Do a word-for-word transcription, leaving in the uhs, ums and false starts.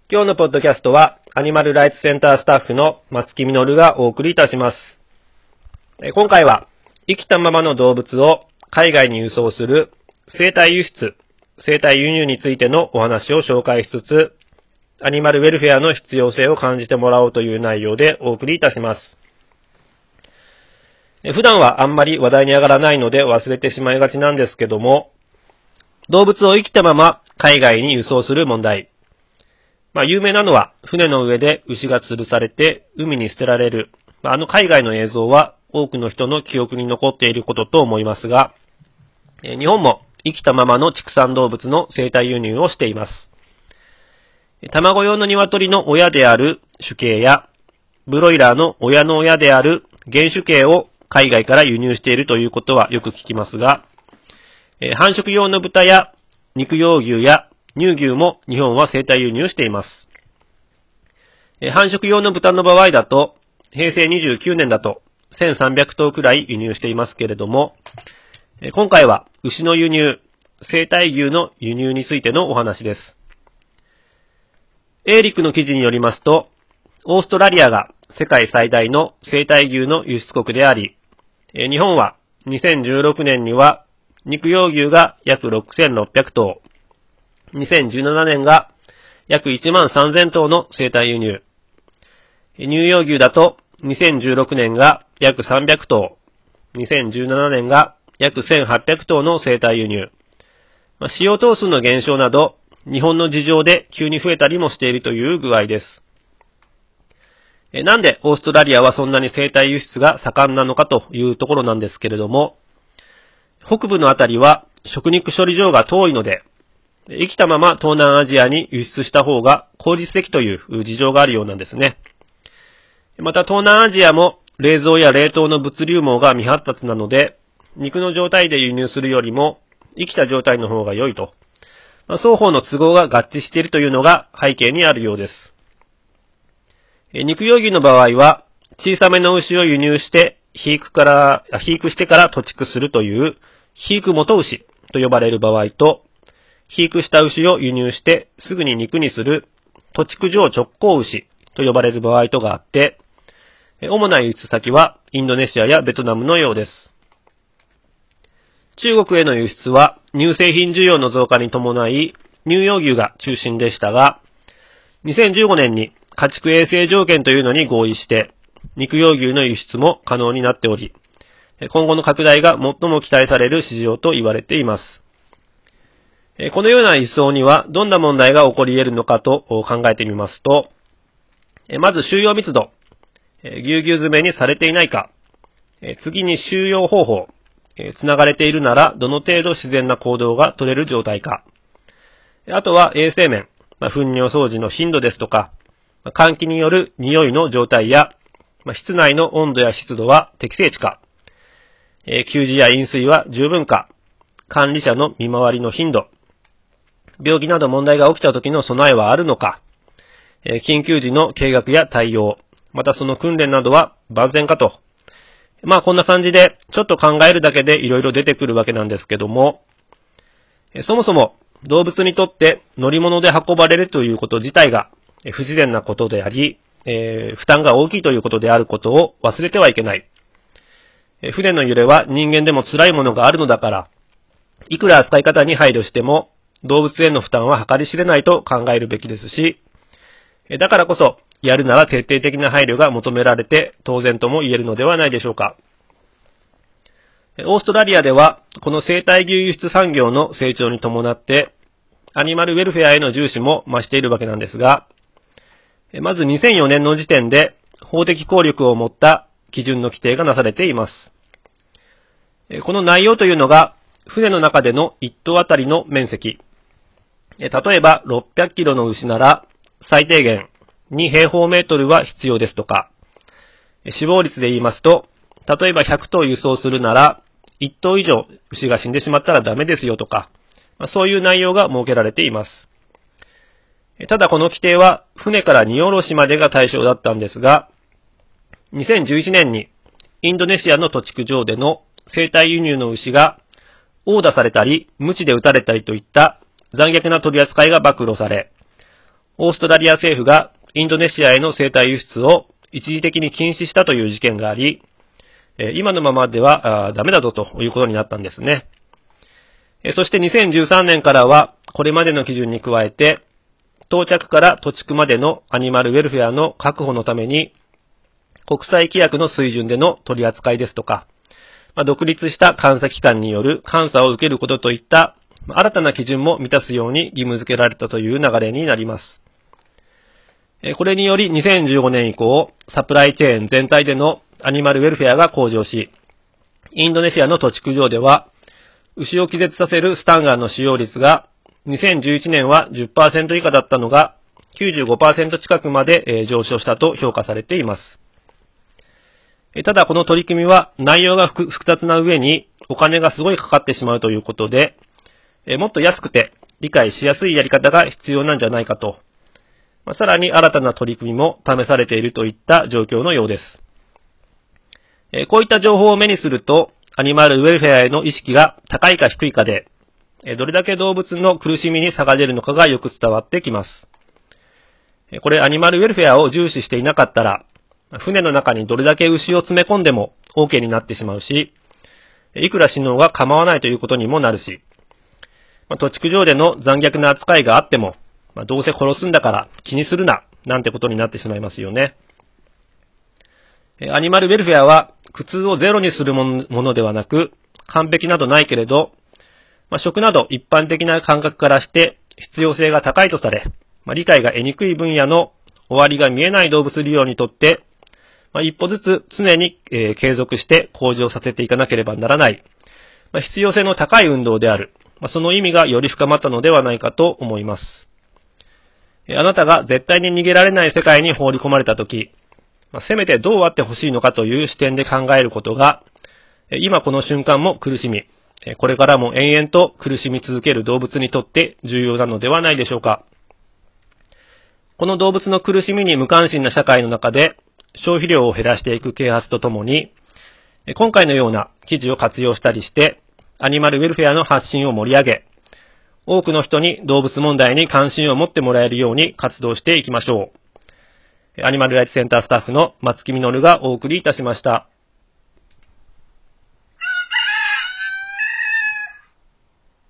今日のポッドキャストはアニマルライツセンタースタッフの松木みのるがお送りいたします。今回は生きたままの動物を海外に輸送する生体輸出、生体輸入についてのお話を紹介しつつ、アニマルウェルフェアの必要性を感じてもらおうという内容でお送りいたします。普段はあんまり話題に上がらないので忘れてしまいがちなんですけども、動物を生きたまま海外に輸送する問題。まあ有名なのは船の上で牛が吊るされて海に捨てられる。あの海外の映像は多くの人の記憶に残っていることと思いますが、日本も生きたままの畜産動物の生体輸入をしています。卵用の鶏の親である種系や、ブロイラーの親の親である原種系を海外から輸入しているということはよく聞きますが、繁殖用の豚や肉用牛や乳牛も日本は生体輸入しています。繁殖用の豚の場合だと、へいせいにじゅうきゅうねんだとせんさんびゃくとうくらい輸入していますけれども、今回は牛の輸入、生体牛の輸入についてのお話です。エーリックの記事によりますと、オーストラリアが世界最大の生体牛の輸出国であり、日本はにせんじゅうろくねんには肉用牛が約ろくせんろっぴゃくとう、にせんじゅうななねんが約いちまんさんぜんとうの生体輸入。乳用牛だとにせんじゅうろくねんが約さんびゃくとう、にせんじゅうななねんが約せんはっぴゃくとうの生体輸入。使用頭数の減少など、日本の事情で急に増えたりもしているという具合です。なんでオーストラリアはそんなに生体輸出が盛んなのかというところなんですけれども、北部のあたりは食肉処理場が遠いので、生きたまま東南アジアに輸出した方が効率的という事情があるようなんですね。また東南アジアも冷蔵や冷凍の物流網が未発達なので、肉の状態で輸入するよりも生きた状態の方が良いと。双方の都合が合致しているというのが背景にあるようです。肉用牛の場合は小さめの牛を輸入して肥育から、肥育してから屠畜するという肥育元牛と呼ばれる場合と、肥育した牛を輸入してすぐに肉にする屠畜場直行牛と呼ばれる場合とがあって、主な輸出先はインドネシアやベトナムのようです。中国への輸出は乳製品需要の増加に伴い乳用牛が中心でしたが、にせんじゅうごねんに家畜衛生条件というのに合意して肉用牛の輸出も可能になっており、今後の拡大が最も期待される市場と言われています。このような輸送にはどんな問題が起こり得るのかと考えてみますと、まず収容密度、ぎゅうぎゅう詰めにされていないか、次に収容方法、つながれているならどの程度自然な行動が取れる状態か、あとは衛生面、糞尿掃除の頻度ですとか、換気による匂いの状態や、室内の温度や湿度は適正値か、給餌や飲水は十分か、管理者の見回りの頻度、病気など問題が起きた時の備えはあるのか、緊急時の計画や対応、またその訓練などは万全かと。まあこんな感じでちょっと考えるだけでいろいろ出てくるわけなんですけども、そもそも動物にとって乗り物で運ばれるということ自体が不自然なことであり、えー、負担が大きいということであることを忘れてはいけない。船の揺れは人間でも辛いものがあるのだから、いくら扱い方に配慮しても動物への負担は計り知れないと考えるべきですし、だからこそやるなら徹底的な配慮が求められて当然とも言えるのではないでしょうか。オーストラリアではこの生体牛輸出産業の成長に伴ってアニマルウェルフェアへの重視も増しているわけなんですが、まずにせんよねんの時点で法的効力を持った基準の規定がなされています。この内容というのが船の中でのいっとうあたりの面積、例えばろっぴゃくキロの牛なら最低限にへいほうメートルは必要ですとか、死亡率で言いますと、例えばひゃくとう輸送するならいっとう以上牛が死んでしまったらダメですよとか、そういう内容が設けられています。ただこの規定は船から荷下ろしまでが対象だったんですが、にせんじゅういちねんにインドネシアの屠畜場での生体輸入の牛が殴打されたり、鞭で打たれたりといった残虐な取り扱いが暴露され、 オーストラリア政府がインドネシアへの生体輸出を一時的に禁止したという事件があり、今のままではダメだぞということになったんですね。そしてにせんじゅうさんねんからは、これまでの基準に加えて、到着から土地区までのアニマルウェルフェアの確保のために、国際規約の水準での取り扱いですとか、まあ、独立した監査機関による監査を受けることといった、新たな基準も満たすように義務付けられたという流れになります。これによりにせんじゅうごねん以降、サプライチェーン全体でのアニマルウェルフェアが向上し、インドネシアの土地区上では、牛を気絶させるスタンガンの使用率が、にせんじゅういちねんは じゅっパーセント 以下だったのが、きゅうじゅうごパーセント 近くまで上昇したと評価されています。ただこの取り組みは内容が複雑な上にお金がすごいかかってしまうということで、もっと安くて理解しやすいやり方が必要なんじゃないかと、さらに新たな取り組みも試されているといった状況のようです。こういった情報を目にすると、アニマルウェルフェアへの意識が高いか低いかで、どれだけ動物の苦しみに差が出るのかがよく伝わってきます。これアニマルウェルフェアを重視していなかったら、船の中にどれだけ牛を詰め込んでも OK になってしまうし、いくら死のうが構わないということにもなるし、土地区上での残虐な扱いがあっても、どうせ殺すんだから気にするな、なんてことになってしまいますよね。アニマルウェルフェアは苦痛をゼロにするものではなく、完璧などないけれど、まあ、食など一般的な感覚からして必要性が高いとされ、まあ、理解が得にくい分野の終わりが見えない動物利用にとって、まあ、一歩ずつ常に、えー、継続して向上させていかなければならない、まあ、必要性の高い運動である、まあ、その意味がより深まったのではないかと思います。あなたが絶対に逃げられない世界に放り込まれたとき、まあ、せめてどうあってほしいのかという視点で考えることが、今この瞬間も苦しみ、これからも延々と苦しみ続ける動物にとって重要なのではないでしょうか。この動物の苦しみに無関心な社会の中で消費量を減らしていく啓発とともに、今回のような記事を活用したりしてアニマルウェルフェアの発信を盛り上げ、多くの人に動物問題に関心を持ってもらえるように活動していきましょう。アニマルライツセンタースタッフの松木みのるがお送りいたしました。